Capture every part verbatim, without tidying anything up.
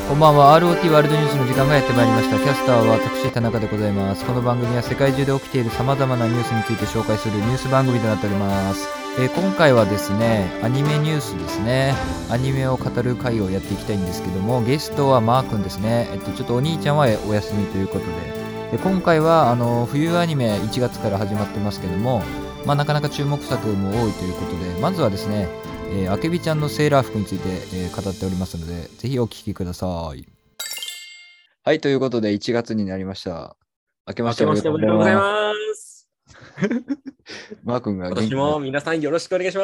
こんばんは。 アールオーティー ワールドニュースの時間がやってまいりました。キャスターは私田中でございます。この番組は世界中で起きている様々なニュースについて紹介するニュース番組となっております。えー今回はですね、アニメニュースですね。アニメを語る回をやっていきたいんですけども、ゲストはマー君ですね。えっとちょっとお兄ちゃんはお休みということで、で今回はあの冬アニメいちがつから始まってますけども、まあ、なかなか注目作も多いということで、まずはですね、えー、あけびちゃんのセーラー服について、えー語っておりますので、ぜひお聞きください。はい、ということでいちがつになりました。明けま明けましてしておめでとうおめでとうございございます。 ます。 マー君が今年元気になも皆さんよろしくお願いします。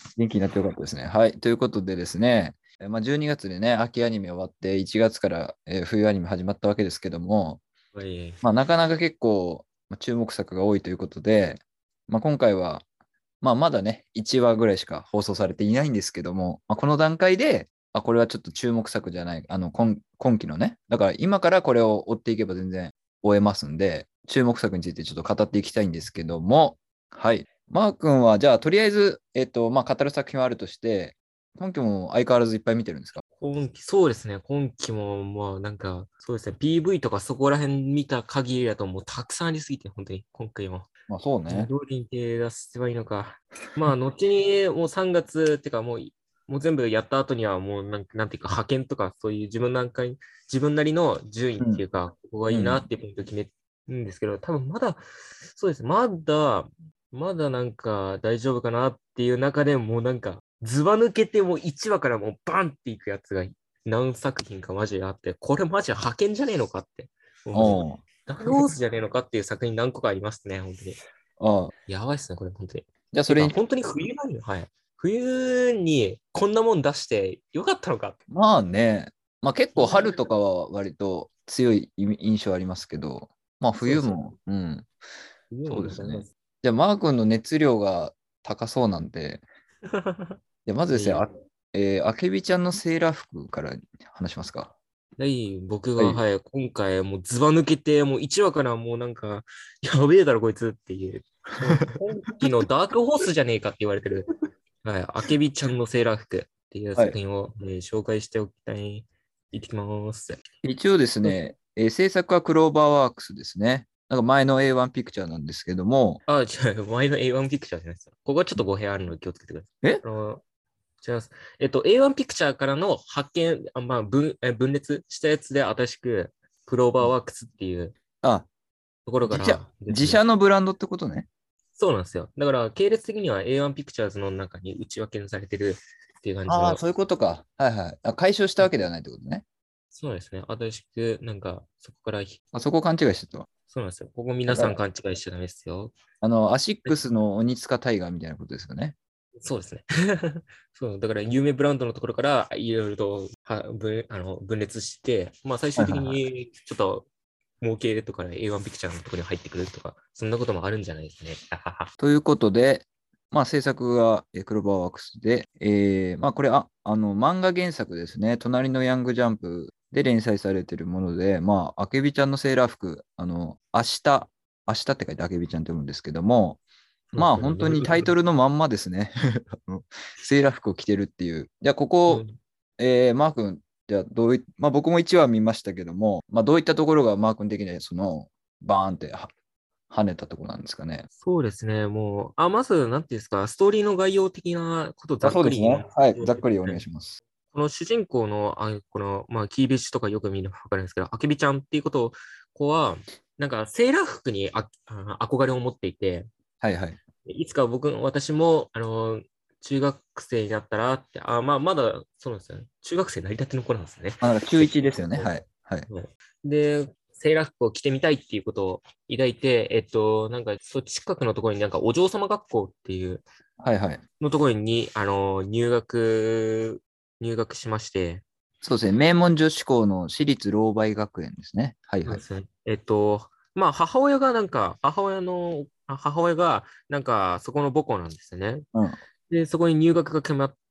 元気になってよかったですね。はい、ということでですね、えまあ、じゅうにがつでね、秋アニメ終わって、いちがつから、えー冬アニメ始まったわけですけども、 はい。 まあ、なかなか結構、まあ、注目作が多いということで、まあ、今回は、まあ、まだね、いちわぐらいしか放送されていないんですけども、まあ、この段階で、あ、これはちょっと注目作じゃない、あの今、今期のね、だから今からこれを追っていけば全然追えますんで、注目作についてちょっと語っていきたいんですけども、はい。マー君は、じゃあ、とりあえず、えっと、まあ、語る作品はあるとして、今期も相変わらずいっぱい見てるんですか？ 今期、そうですね。今期も、まあ、なんか、そうですね。ピーブイ とかそこら辺見た限りだと、もうたくさんありすぎて、本当に、今回も。 まあ、そうね。 どれに手出せばいいのか。まあ、後に、もうさんがつっていうか、もう、もう全部やった後には、もうなん、なんていうか、派遣とか、そういう自分なんかに、自分なりの順位うん。 っていうか、ここがいいなうん。 っていうポイントを決めるんですけど、多分まだ、そうです。まだ、まだなんか大丈夫かなっていう中でもうなんか、ずば抜けてもういちわからもうバンっていくやつが何作品かマジであって、これマジ派遣じゃねえのかって。もうマジ、 おう。 ダークホースじゃねえのかっていう作品何個かありますね、本当に。 ああ。 やばいっすね、これ、本当に。 じゃあ、そてか、 れに、 本当に冬なのよ、はい。冬にこんなもん出してよかったのかって。 まあね、まあ結構いや、 春とかは割と強い印象ありますけど、まあそうですよ。 冬も、うん、 冬もそうですね。 なんかなんかじゃあ、マー君の熱量が高そうなんで、じゃあまずですね、 いやいや、 あ、えー、あけびちゃんのセーラー服から話しますか。 はい、僕が、 はい。 はい、今回もうずば抜けて、もういちわからもうなんか、やべえだろこいつっていう、もう今期のダークホースじゃねえかって言われてる、はい、あけびちゃんのセーラー服っていうはい。 作品を、えー紹介しておきたい。行ってきます。 一応ですね、えー制作はクローバーワークスですね。なんか前の エーワン ピクチャーなんですけども、 あ、違う、前の エーワン ピクチャーじゃないですよ。ここはちょっと語弊あるので気をつけてください。 えあの、違います。えっと、エーワン ピクチャーからの発見、あまあ、分、え分裂したやつで新しく、クローバーワークスっていうあ、 ところか自社、 らですね。 自社のブランドってことね。 そうなんですよ。だから、系列的には エーワン ピクチャーズの中に内訳されてるっていう感じああ、 の、 そういうことか。はいはい。あ、解消したわけではないってことね。 そうですね。新しく、なんか、そこから、 あそこ勘違いしてたわ。 そうなんですよ。ここ皆だから、 さん勘違いしちゃダメですよ。 あの、アシックでスの鬼塚タイガーみたいなことですよね。 そうですね。そう、だから有名ブランドのところからいろいろとは分あの分裂して、まあ最終的はいはいはい。 にちょっと儲けとかね、エーワン ピクチャーのところに入ってくるとか、そんなこともあるんじゃないですね。あははということで、まあ、制作がえークローバーワークスで、えーまあ、これあ、あの、漫画原作ですね。隣のヤングジャンプで連載されているもので、まあ、あけびちゃんのセーラー服、あの、明日、明日って書いてあけびちゃんと読むんですけども、まあ、 そうですよね。 本当にタイトルのまんまですね。あのセーラー服を着てるっていう。じゃあ、ここ、 うん、 えーマー君、じゃあ、どうい、まあ、僕もいちわ見ましたけども、まあ、どういったところがマー君的には、その、バーンっては跳ねたところなんですかね。 そうですね。もう、あ、まず、なんていうんですか、ストーリーの概要的なことをざあ、 っくり言いそうですね。はい。 ますと、 ざっくりおはい願いします。 この主人公の、あこの、まあ、キービッシュとかよく見るのわかるんですけど、アケビちゃんっていうことを、子は、なんか、セーラー服にああ憧れを持っていて、 はいはい。 いつか僕、私も、あの、中学生になったらって、あ、まあ、まだ、そうなんですよね。中学生なりたての頃なんですね。 あ、なんか中いちですよね。はい。はい。 はい。で、セーラー服を着てみたいっていうことを抱いて、えっと、なんか、そ近くのところになんかお嬢様学校っていうはいはい。 のところに、あの、入学、入学しまして、 そうですね。名門女子校の私立老梅学園ですね。はいはい。 そうですね。えっと、まあ、母親がなんか、母親の、あ母親が、なんか、そこの母校なんですよね。 うん。はで、そこに入学が決まって、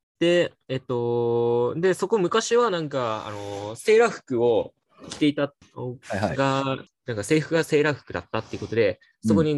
えっと、で、そこ昔はなんか、あの、セーラー服を着ていたいはい。 が、なんか制服がセーラー服だったっていうことで、 うん。 そこに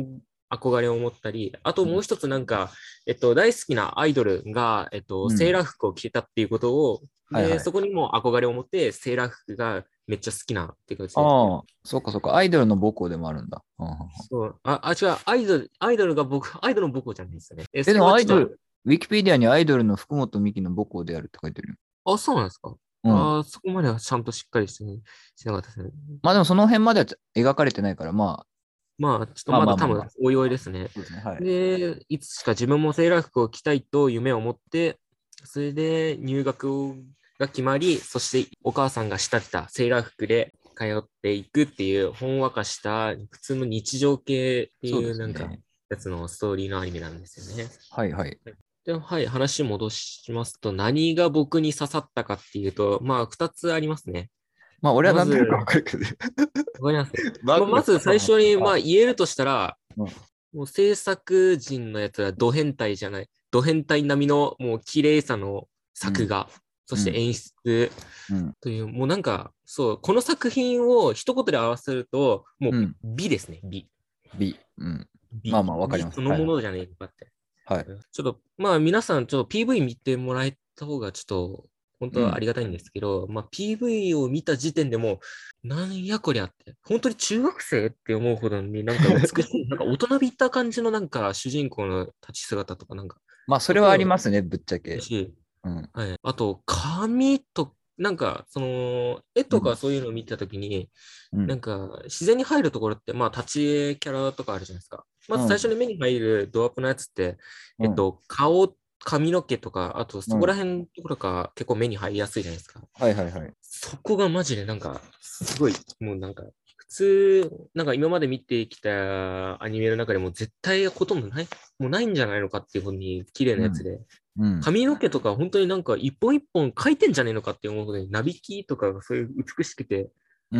憧れを持ったり、あともう一つなんか、えっと、大好きなアイドルが、えっと、 うん。 セーラー服を着てたっていうことを、で、 はいはい。 そこにも憧れを持って、セーラー服がめっちゃ好きなっていう感じで。 ああ、そっかそっか。アイドルの母校でもあるんだ。うんうんうん。 そう、あ、あ、違う、アイドル、アイドルが僕、アイドルの母校じゃないですよね。え、 え、でそれはちょっと、 もアイドル、ウィキペディアにアイドルの福本美紀の母校であるって書いてるよ。 あ、そうなんですか。 うん。 あー、そこまではちゃんとしっかりして、ね、しなかったですね。 まあでもその辺までは描かれてないから、ままあ、ちょっとあ、まあまだ多分、 まあまあまあ。 おいおいですね。 そうですね。はい。 で、いつしか自分もセーラー服を着たいと夢を持って、それで入学が決まり、そしてお母さんが仕立てたセーラー服で通っていくっていう、ほんわかした普通の日常系ってそうでいうなんか、 すね。 やつのストーリーのアニメなんですよね。 はいはい。 で、はい、話戻しますと、何が僕に刺さったかっていうと、まあ、二つありますね。 まあ俺はまず、 なんとなくわかるけど。 わかります。まあ、 マークがまず最初に、まあ、言えるとしたら、 うん。 もう制作陣のやつはド変態じゃない。ド変態並みのもう綺麗さのうん。 作画、そうん。 して演出うん。 という、もうなんか、そう、この作品を一言で表せると、もううん。 美ですね、美。 B。うん。まあ美。 まあわかります。 美そのはいはい。 ものじゃないのかって。 はい。 ちょっと、まあ皆さん、ちょっと ピーブイ 見てもらえた方がちょっと、本当はあうん。 りがたいんですけど、まあ ピーブイ を見た時点でもう、なんやこりゃって、本当に中学生って思うほどになんか美しい、なんか大人びった感じのなんか主人公の立ち姿とかなんか、 まあそれはあそこがりますね、ぶっちゃけ。 嬉しい。 うん。 はい。あと、髪と、なんか、その、絵とかうん。 そういうのを見たときに、 うん。 なんか、自然に入るところって、まあ、立ち絵キャラとかあるじゃないですか。まず最初うん。 に目に入るドアップのやつって、 うん。 えっと、顔、髪の毛とか、あとそこらうん。 辺のところが結構目に入りやすいじゃないですか。 はいはいはい。 そこがマジでなんか、すごい、もうなんか、普通、なんか今まで見てきたアニメの中でも絶対ほとんどない、もうないんじゃないのかっていうふうに綺麗なうん。 やつで、 うん。 髪の毛とか本当になんか一本一本描いてんじゃねえのかって思うほどに、なびきとかがそういう美しくて、 うん。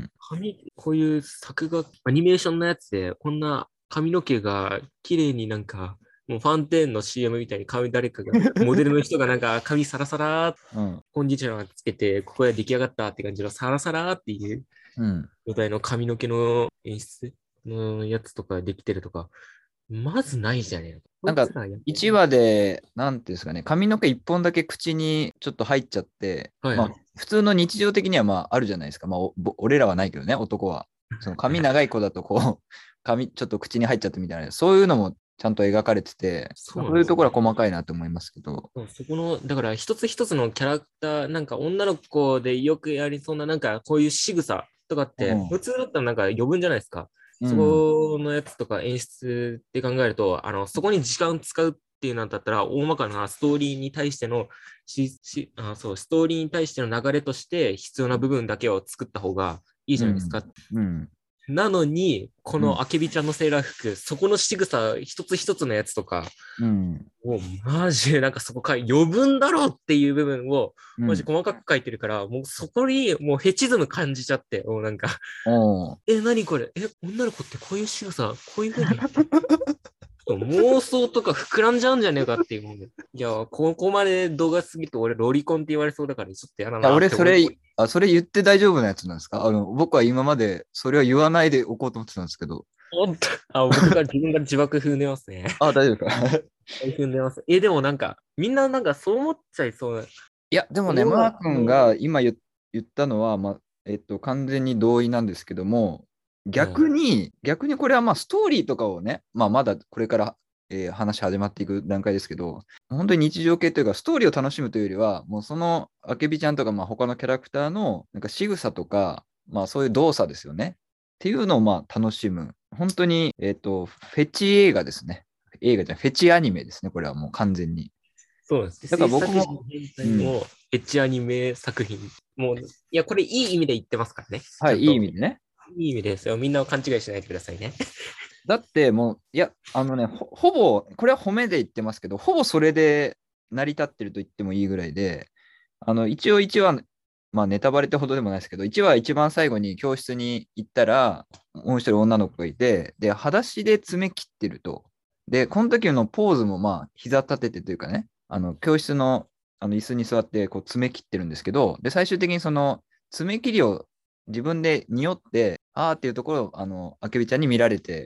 髪、こういう作画、アニメーションのやつで、こんな髪の毛が綺麗になんか、もうファンテーンの シーエム みたいに髪誰かが、モデルの人がなんか髪サラサラー、 うん。 コンディショナーつけて、ここで出来上がったって感じのサラサラーっていううん。 状態の髪の毛の演出のやつとかできてるとか、まずないじゃねえの。こなんか、 いつらやっていちわで、なんていうんですかね、髪の毛いっぽんだけ口にちょっと入っちゃって、まあ、 はいはい。 普通の日常的にはまああるじゃないですか。まあ、おぼ俺らはないけどね、男は。その髪長い子だと、こう、髪ちょっと口に入っちゃってみたいな、そういうのもちゃんと描かれてて、 そうまあそういうところなんですよね。 は細かいなと思いますけど。 そうそこの、だから一つ一つのキャラクター、なんか女の子でよくやりそうな、なんかこういう仕草とかって、普通だったらなんか余分じゃないですか。そうん。 このやつとか演出って考えると、あの、そこに時間使うっていうのだったら、大まかなストーリーに対してのししあ、そう、ストーリーに対しての流れとして必要な部分だけを作った方がいいじうん。 ゃないですか。 うん。 なのに、こうん。 のあけびちゃんのセーラー服、そこの仕草一つ一つのやつとか、 うん。 もうマジでなんかそこか余分だろっていう部分をマジうん。 細かく書いてるから、もうそこにもうヘチズム感じちゃって、もうなんか、 おー。 え、何これえ、女の子ってこういう仕草、こういう風にやってる妄想とか膨らんじゃうんじゃねえかっていうもんで。いや、ここまで動画過ぎて俺ロリコンって言われそうだからちょっとやだいや、俺、 なって思い。 それ、あ、それ言って大丈夫なやつなんですか？あの、僕は今までそれは言わないでおこうと思ってたんですけど。 おっとあ、僕が自分が自爆踏んでますね。 あ、大丈夫か。 踏んでます。え、でもなんか、みんななんかそう思っちゃいそうな。 いや、でもね、 俺は、 マー君が今言言ったのは、まあ、えっと、完全に同意なんですけども、 はい。 逆に、逆にこれはまあ、ストーリーとかをね、まあ、まだこれから、えー話始まっていく段階ですけど、本当に日常系というか、ストーリーを楽しむというよりは、もうそのあけびちゃんとか、まあ、他のキャラクターのなんか仕草とか、まあ、そういう動作ですよね。っていうのをまあ楽しむ。本当に、えっと、フェチ映画ですね。映画じゃない、フェチアニメですね、これはもう完全に。 そうなんです。 だから制作時僕も、 全うん、 体のエッジアニメ作品。もう、いや、これいい意味で言ってますからね。 はい、いい意ちゃんと。 味でね。 いい意味ですよ。みんな勘違いしないでくださいね。 だってもう、いや、あのね、ほ、ほぼ、これは褒めで言ってますけど、ほぼそれで成り立ってると言ってもいいぐらいで、あの、一応いちわ、まあネタバレってほどでもないですけど、いちわ一番最後に教室に行ったら、もう一人女の子がいて、で、裸足で爪切ってると。で、この時のポーズもまあ、膝立ててというかね、あの、教室の、あの椅子に座ってこう爪切ってるんですけど、で、最終的にその爪切りを自分で匂って、あーっていうところを、あの、あけびちゃんに見られて、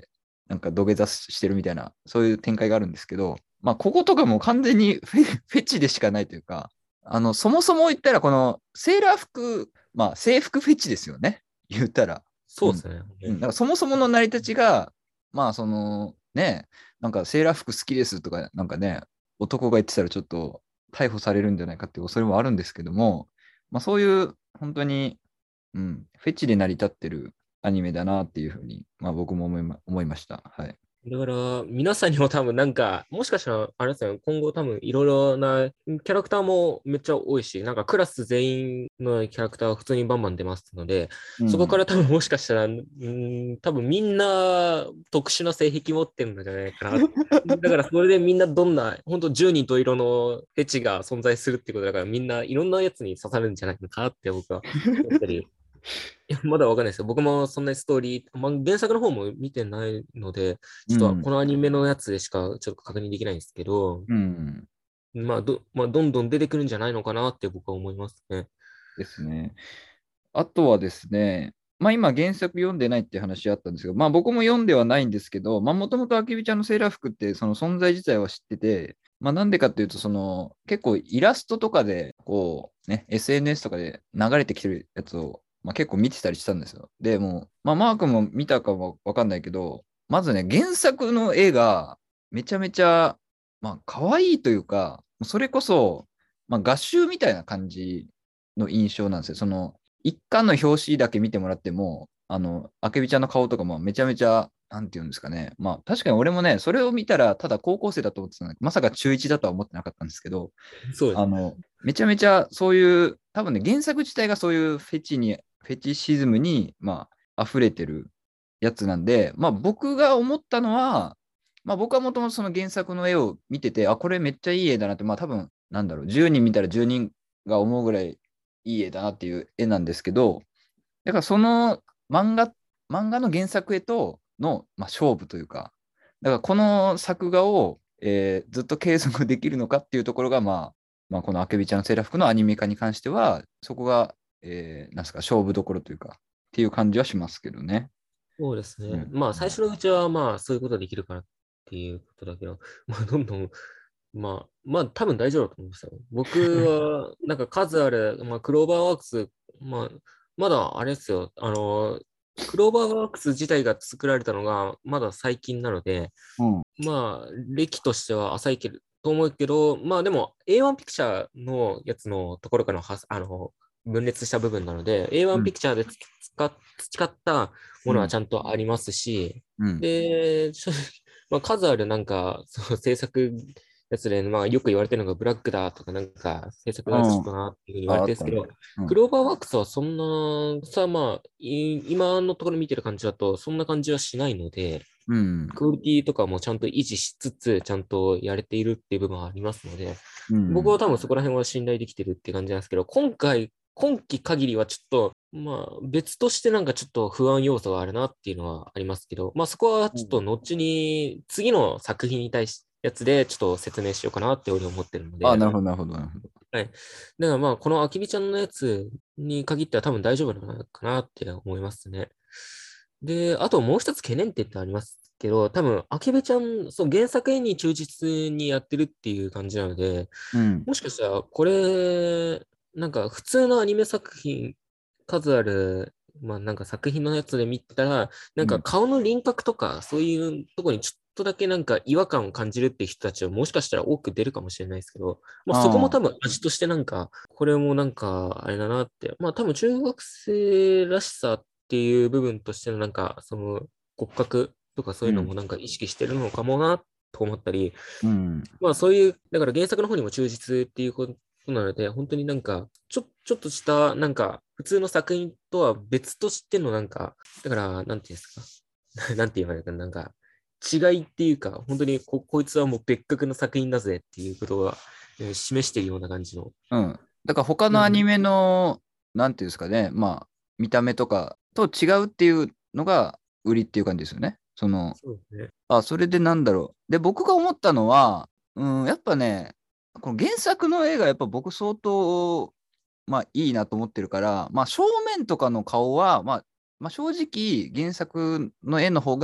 なんか土下座してるみたいな、そういう展開があるんですけど、まあ、こことかもう完全にフェ、フェチでしかないというか、あの、そもそも言ったら、このセーラー服、まあ、制服フェチですよね。言ったら。うん。 そうですね。 うん。だからそもそもの成り立ちが、まあ、その、ね、なんかセーラー服好きですとか、なんかね、男が言ってたらちょっと逮捕されるんじゃないかっていう恐れもあるんですけども、まあ、そういう、本当に、うん、フェチで成り立ってるアニメだなっていうふうに、まあ、僕も思いま、思いました。はい。 だから、皆さんにも多分なんか、もしかしたら、あれですよね、今後多分いろいろなキャラクターもめっちゃ多いし、なんかクラス全員のキャラクターは普通にバンバン出ますので、 うん。 そこから多分もしかしたら、ん多分みんな特殊な性癖持ってるんじゃないかな。だからそれでみんなどんな、本当じゅうにんと色のフェチが存在するってことだから、みんないろんなやつに刺さるんじゃないのかなって僕は思ったり、いや、まだわかんないですよ。僕もそんなストーリー、まあ、原作の方も見てないので、ちょっとうん。 このアニメのやつでしかちょっと確認できないんですけど、 うん。 まあど、まあ、どんどん出てくるんじゃないのかなって僕は思いますね。 ですね。あとはですね、まあ今原作読んでないっていう話あったんですけど、まあ僕も読んではないんですけど、まあもともとあきびちゃんのセーラー服ってその存在自体は知ってて、まあなんでかっていうと、その結構イラストとかで、こうね、エスエヌエス とかで流れてきてるやつを、まあ、結構見てたりしたんですよ。で、もう、まあマー君も見たかもわかんないけど、まずね、原作の絵がめちゃめちゃ、まあ可愛いというか、それこそ、まあ画集みたいな感じの印象なんですよ。その一巻の表紙だけ見てもらっても、あの、あけびちゃんの顔とかもめちゃめちゃ、なんていうんですかね。まあ、確かに俺もね、それを見たら、ただ高校生だと思ってたので、まさか中いちだとは思ってなかったんですけど、 そうです。 あの、めちゃめちゃそういう、多分ね、原作自体がそういうフェチに、フェチシズムに、まあ、溢れてるやつなんで、まあ、僕が思ったのは、まあ、僕はもともとその原作の絵を見てて、あ、これめっちゃいい絵だなって、まあ、多分、なんだろう、じゅうにん見たらじゅうにんが思うぐらいいい絵だなっていう絵なんですけど、だからその漫画、漫画の原作絵との、まあ、勝負というか、だからこの作画を、えーずっと継続できるのかっていうところが、まあ、まあ、このあけびちゃんのセーラー服のアニメ化に関しては、そこが、えーなんすか、勝負どころというか、っていう感じはしますけどね。 そうですね。 うん。 まあ、最初のうちはまあ、そういうことができるからっていうことだけど、まあ、どんどん、まあ、まあ、多分大丈夫だと思いますよ。僕は、なんか数ある、まあ、クローバーワークス、まあ、まだあれですよ。あの、クローバーワークス自体が作られたのがまだ最近なので、 うん。 まあ、歴としては浅いけど、と思うけど、まあでも エーワン ピクチャーのやつのところからのはあの分裂した部分なので、エーワンうん。 ピクチャーでつ使っ培ったものはうん。 ちゃんとありますし、 うん。 で、ちょまあ、数あるなんか、その制作やつで、まあ、よく言われてるのがブラックだとか、なんか制作がちょっとなっていうふうに言わあ、 れあったね。 てるんですけど、 うん。 クローバーワークスはそんな、さあまあ、い今のところ見てる感じだと、そんな感じはしないので、 うん。 クオリティとかもちゃんと維持しつつ、ちゃんとやれているっていう部分はありますので、 うん。 僕は多分そこら辺は信頼できてるって感じなんですけど、今回、今期限りはちょっと、まあ別としてなんかちょっと不安要素があるなっていうのはありますけど、まあそこはちょっと後に次の作品に対し、やつでちょっと説明しようかなって俺は思ってるのあ、 で、 なるほど、なるほど、なるほど。 はい。だからまあこのあきびちゃんのやつに限っては多分大丈夫なのかなって思いますね。で、あともう一つ懸念点ってありますけど、多分、アケベちゃん、そう、原作絵に忠実にやってるっていう感じなので、 うん。 もしかしたら、これ、なんか普通のアニメ作品、数ある、まあなんか作品のやつで見たら、なんかうん。 顔の輪郭とか、そういうところにちょっとだけなんか違和感を感じるっていう人たちはもしかしたら多く出るかもしれないですけど、まあそこもああ。 多分味としてなんか、これもなんか、あれだなって、まあ多分中学生らしさっていう部分としてのなんか、その骨格とかそういうのうん。 もなんか意識してるのかもなと思ったり、 うん。 まあそういう、だから原作の方にも忠実っていうことなので、本当になんか、ちょ、ちょっとした、なんか、普通の作品とは別としてのなんか、だから、なんていうんですか。なんて言えばいいのかな、なんか、違いっていうか、本当にこ、こいつはもう別格の作品だぜっていうことが、えー示しているような感じの。 うん。だから他のアニメの、なんていうんですかね、まあ、見た目とかと違うっていうのが売りっていう感じですよね。その、 そうですね。 あ、それでなんだろう。で、僕が思ったのは、うん、やっぱね、この原作の絵がやっぱ僕相当、まあいいなと思ってるから、まあ正面とかの顔は、まあ、まあ正直原作の絵の方が、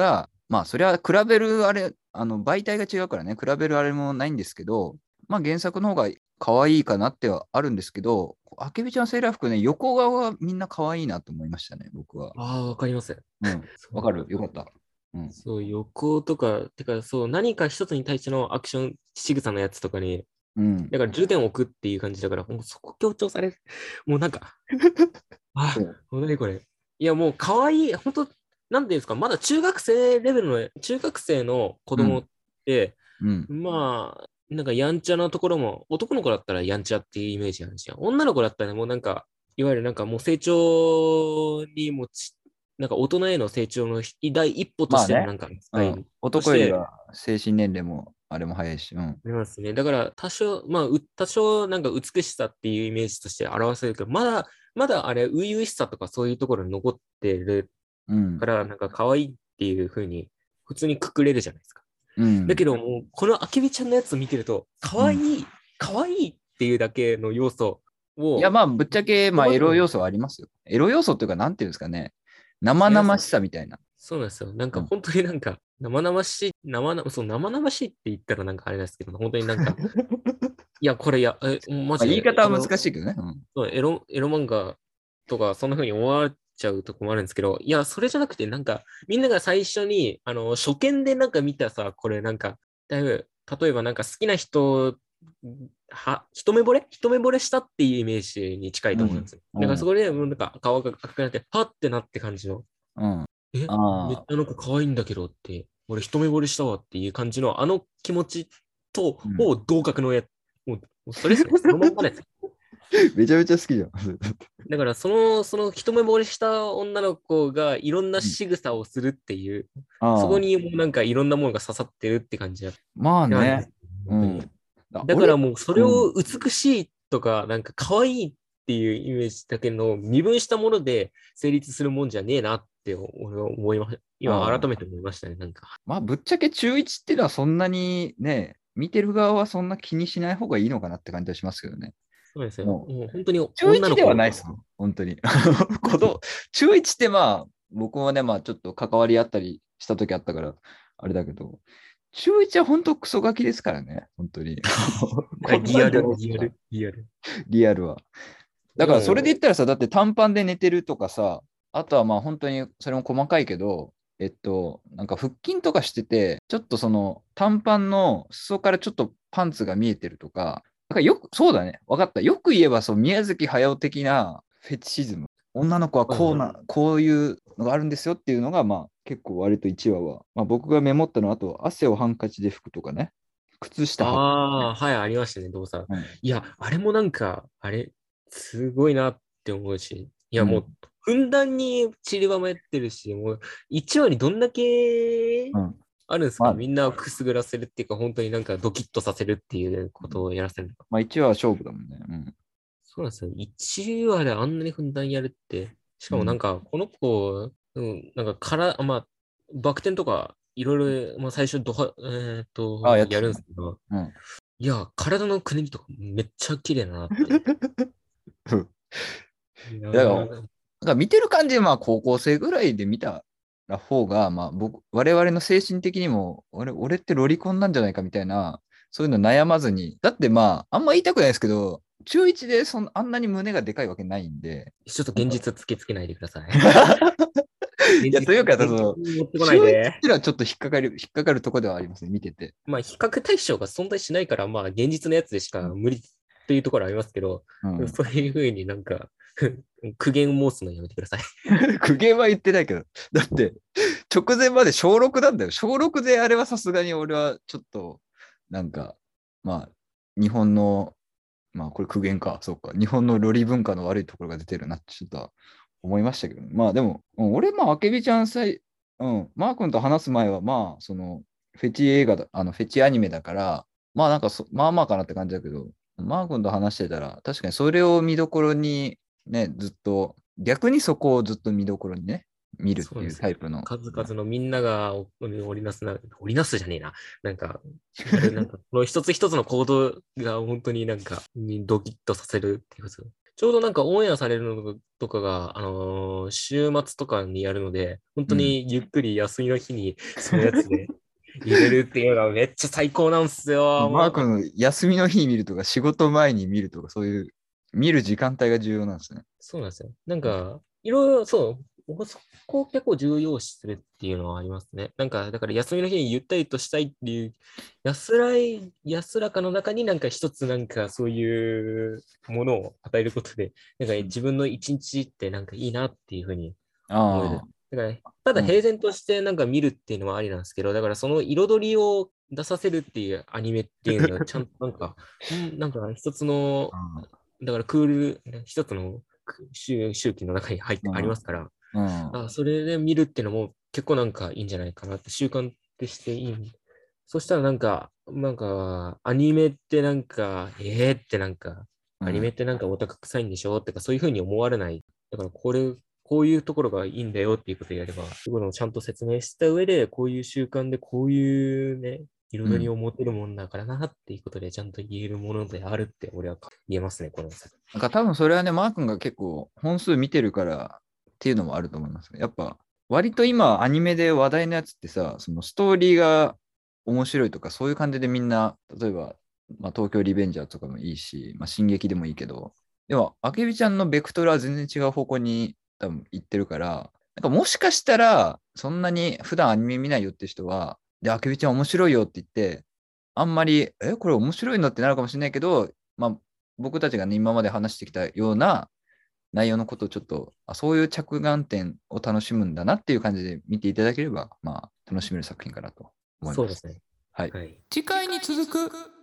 まあそれは比べるあれ、あの媒体が違うからね、比べるあれもないんですけど、まあ原作の方が可愛いかなってはあるんですけど、あけびちゃんセーラー服ね、横側がみんな可愛いなと思いましたね、僕は。 ああ、わかります。 うん。 そう、 わかるよかった。うん。 そう、横とか、てか、そう、何か一つに対してのアクション仕草のやつとかに、 うん。 だから重点を置くっていう感じだから、もうそこ強調される。もうなんか、あ、 そう。 もう何これ。いや、もう可愛い、本当なんていうんですか、まだ中学生レベルの、中学生の子供っうん。 て、 うん。 まあ、なんかやんちゃなところも、男の子だったらやんちゃっていうイメージあるじゃん。女の子だったらもうなんか、いわゆるなんかもう成長にもち、なんか大人への成長の第一歩とまあね。 してのなんかうん。 扱いとして、 男よりは精神年齢もあれも早いし。うん。 ありますね。だから多少、まあ、う多少なんか美しさっていうイメージとして表せるけど、まだ、まだあれ、初々しさとかそういうところに残ってるうん。 から、なんか可愛いっていう風に、普通にくくれるじゃないですか。 うん。 だけどもう、このあけびちゃんのやつを見てると、可うん。 愛い、可愛いっていうだけの要素いや、 を、 まあ、ぶっちゃけ、まあ、 言葉にも、 エロ要素はありますよ。エロ要素っていうか、なんていうんですかね。生いや、 々しさみたいな。 そうなんですよ。なんうん。 か本当になんか、生々しい、生々、そう、生々しいって言ったらなんかあれなんですけど、本当になんか、いや、これや、え、マまあ、 ジで、 言い方はエロ、 難しいけどね。うん。 そうエロ、エロ漫画とか、そんな風に思われちゃうとこもあるんですけど、いや、それじゃなくて、なんか、みんなが最初に、あの、初見でなんか見たさ、これなんか、だいぶ、例えばなんか好きな人、は、一目惚れ一目惚れしたっていうイメージに近いうん。 と思うんですよ。だからうん。 そこで、もうなんか顔が赤くなって、パッてなって感じの、 うん。 え、めっちああ。 ゃあの子可愛いんだけどって、俺一目惚れしたわっていう感じの、あの気持ちと、 うん。 ほぼ同格のや、もう、もうそれですね。そのまんまです。 めちゃめちゃ好きじゃん。 だからその、その一目惚れした女の子がいろんなうん。 仕草をするっていう、そこああ。 にもうなんかいろんなものが刺さってるって感じまあね。 なんです。本当に。 うん。だ俺、 だからもうそれうん。 を美しいとか、なんか可愛いっていうイメージだけの二分したもので成立するもんじゃねえなって俺は思いま、今ああ。 改めて思いましたね、なんか。 まあ、ぶっちゃけ中いちっていうのはそんなにね、見てる側はそんな気にしない方がいいのかなって感じはしますけどね。 そうですよ。 もう、 もう本当に中いちでは女の子、 ないですよ。本当に。子供中いちってまあ、僕もね、まあちょっと関わりあったりした時あったから、あれだけど、中いちは本当クソガキですからね。本当に。こんなんじゃリアル、 ないですか。 リアル、リアル。 リアルは。だからそれでも言ったらさ、だって短パンで寝てるとかさ、あとはまあ本当にそれも細かいけど、えっと、なんか腹筋とかしてて、ちょっとその短パンの裾からちょっとパンツが見えてるとか、だからよく、そうだね、わかった。よく言えばそう宮崎駿的なフェチシズム。女の子はう、はいはい。 こうな、こういうのがあるんですよっていうのが、まあ結構割といちわは、まあ僕がメモったのは、あと汗をハンカチで拭くとかね、靴下履く。 ああ、はい、ありましたね、動作。 うん。 いや、あれもなんか、あれ、すごいなって思うし、いや、もう、 うん。 ふんだんに散りばめてるし、もう、いちわにどんだけうん。 あるんですまあ、 かみんなをくすぐらせるっていうか、本当になんかドキッとさせるっていうことをやらせるのか。 まあいちわは勝負だもんね。うん。 そうなんですよ。いちわであんなにふんだんにやるって、しかもなんうん。 か、この子、うん、なんかから、まあ、バク転とか、いろいろ、まあ、最初ドハ、えーっああ、やと、やってたね。 るんですけど、 うん。 いや、体のくねりとかめっちゃ綺麗だなって。 うんいやだから、なんー、 か見てる感じ、まあ高校生ぐらいで見たら方が、まあ僕、我々の精神的にも、俺、俺ってロリコンなんじゃないかみたいな、そういうの悩まずに、だってまあ、あんま言いたくないですけど、中いちでそんあんなに胸がでかいわけないんで、 ちょっと現なんか実突きつけないでください。 い現や、というか、 実、現その、 実に持ってこない中いちっで。 ていうのはちょっと引っかかる、引っかかるとこではありますね、見てて。 まあ、比較対象が存在しないから、まあ、現実のやつでしか無理っていうところありますけど、 うん。 そういうふうになんか苦言申すのやめてください。 苦言は言ってないけど、だって、直前まで小ろくなんだよ。小ろくであれはさすがに俺はちょっと、なんか、まあ、日本の、まあこれ苦言か、そうか、日本のロリ文化の悪いところが出てるなってちょっと思いましたけど、まあでも、うん俺、まあ、あけびちゃんさい、うん、マー君と話す前は、まあ、その、フェチ映画だ、あの、フェチアニメだから、まあなんかそ、まあまあかなって感じだけど、マー君と話してたら、確かにそれを見どころに、ね、ずっと、逆にそこをずっと見どころにね、見るっていうそうですよ。 タイプの。 数々のみんなが織りなすな、織りなすじゃねえな。なんか、あれなんか、この一つ一つの行動が本当になんか、にドキッとさせるっていうこと。 ちょうどなんかオンエアされるのとかが、あのー週末とかにやるので、本当にゆっくり休みの日にそのやつで入れるっていうのがめっちゃ最高なんですよ。もうなんか、 マー君、休みの日に見るとか、仕事前に見るとか、そういう、見る時間帯が重要なんですね。 そうなんですよ。なんか、いろいろ、そう、僕そこを結構重要視するっていうのはありますね。なんか、だから休みの日にゆったりとしたいっていう、安らい、安らかの中になんか一つなんかそういうものを与えることで、なんか自分の一日ってなんかいいなっていうふうに思える。 あだから、たあ、うん。 だ平然としてなんか見るっていうのはありなんですけど、だからその彩りを出させるっていうアニメっていうのはちゃんとなんか、うんなんか一つの、だからクール、ね一つの周周期の中に入ってありうん。 ますから、 うん。 あ、それで見るっていうのも結構なんかいいんじゃないかなって、習慣ってしていい。そしたらなんか、なんか、アニメってなんか、えーってなんか、アニメうん。 ってなんかオタク臭いんでしょってか、そういうふうに思われない。だからこれ、こういうところがいいんだよっていうことをやれば、そういうのをちゃんと説明した上で、こういう習慣でこういうね、彩りうん。 を持てるもんだからなっていうことで、ちゃんと言えるものであるって俺は言えますね、この作なんか多分それはね、マー君が結構本数見てるからっていうのもあると思います。やっぱ、割と今アニメで話題のやつってさ、そのストーリーが面白いとか、そういう感じでみんな、例えば、まあ、東京リベンジャーズとかもいいし、まあ、進撃でもいいけど、でも、あけびちゃんのベクトルは全然違う方向に多分行ってるから、なんかもしかしたら、そんなに普段アニメ見ないよって人は、で、あけびちゃん面白いよって言って、あんまり、え、これ面白いのってなるかもしれないけど、まあ、僕たちがね、今まで話してきたような内容のことをちょっと、あ、そういう着眼点を楽しむんだなっていう感じで見ていただければ、まあ、楽しめる作品かなと思います。 そうですね。 はい。 はい。 次回に続く。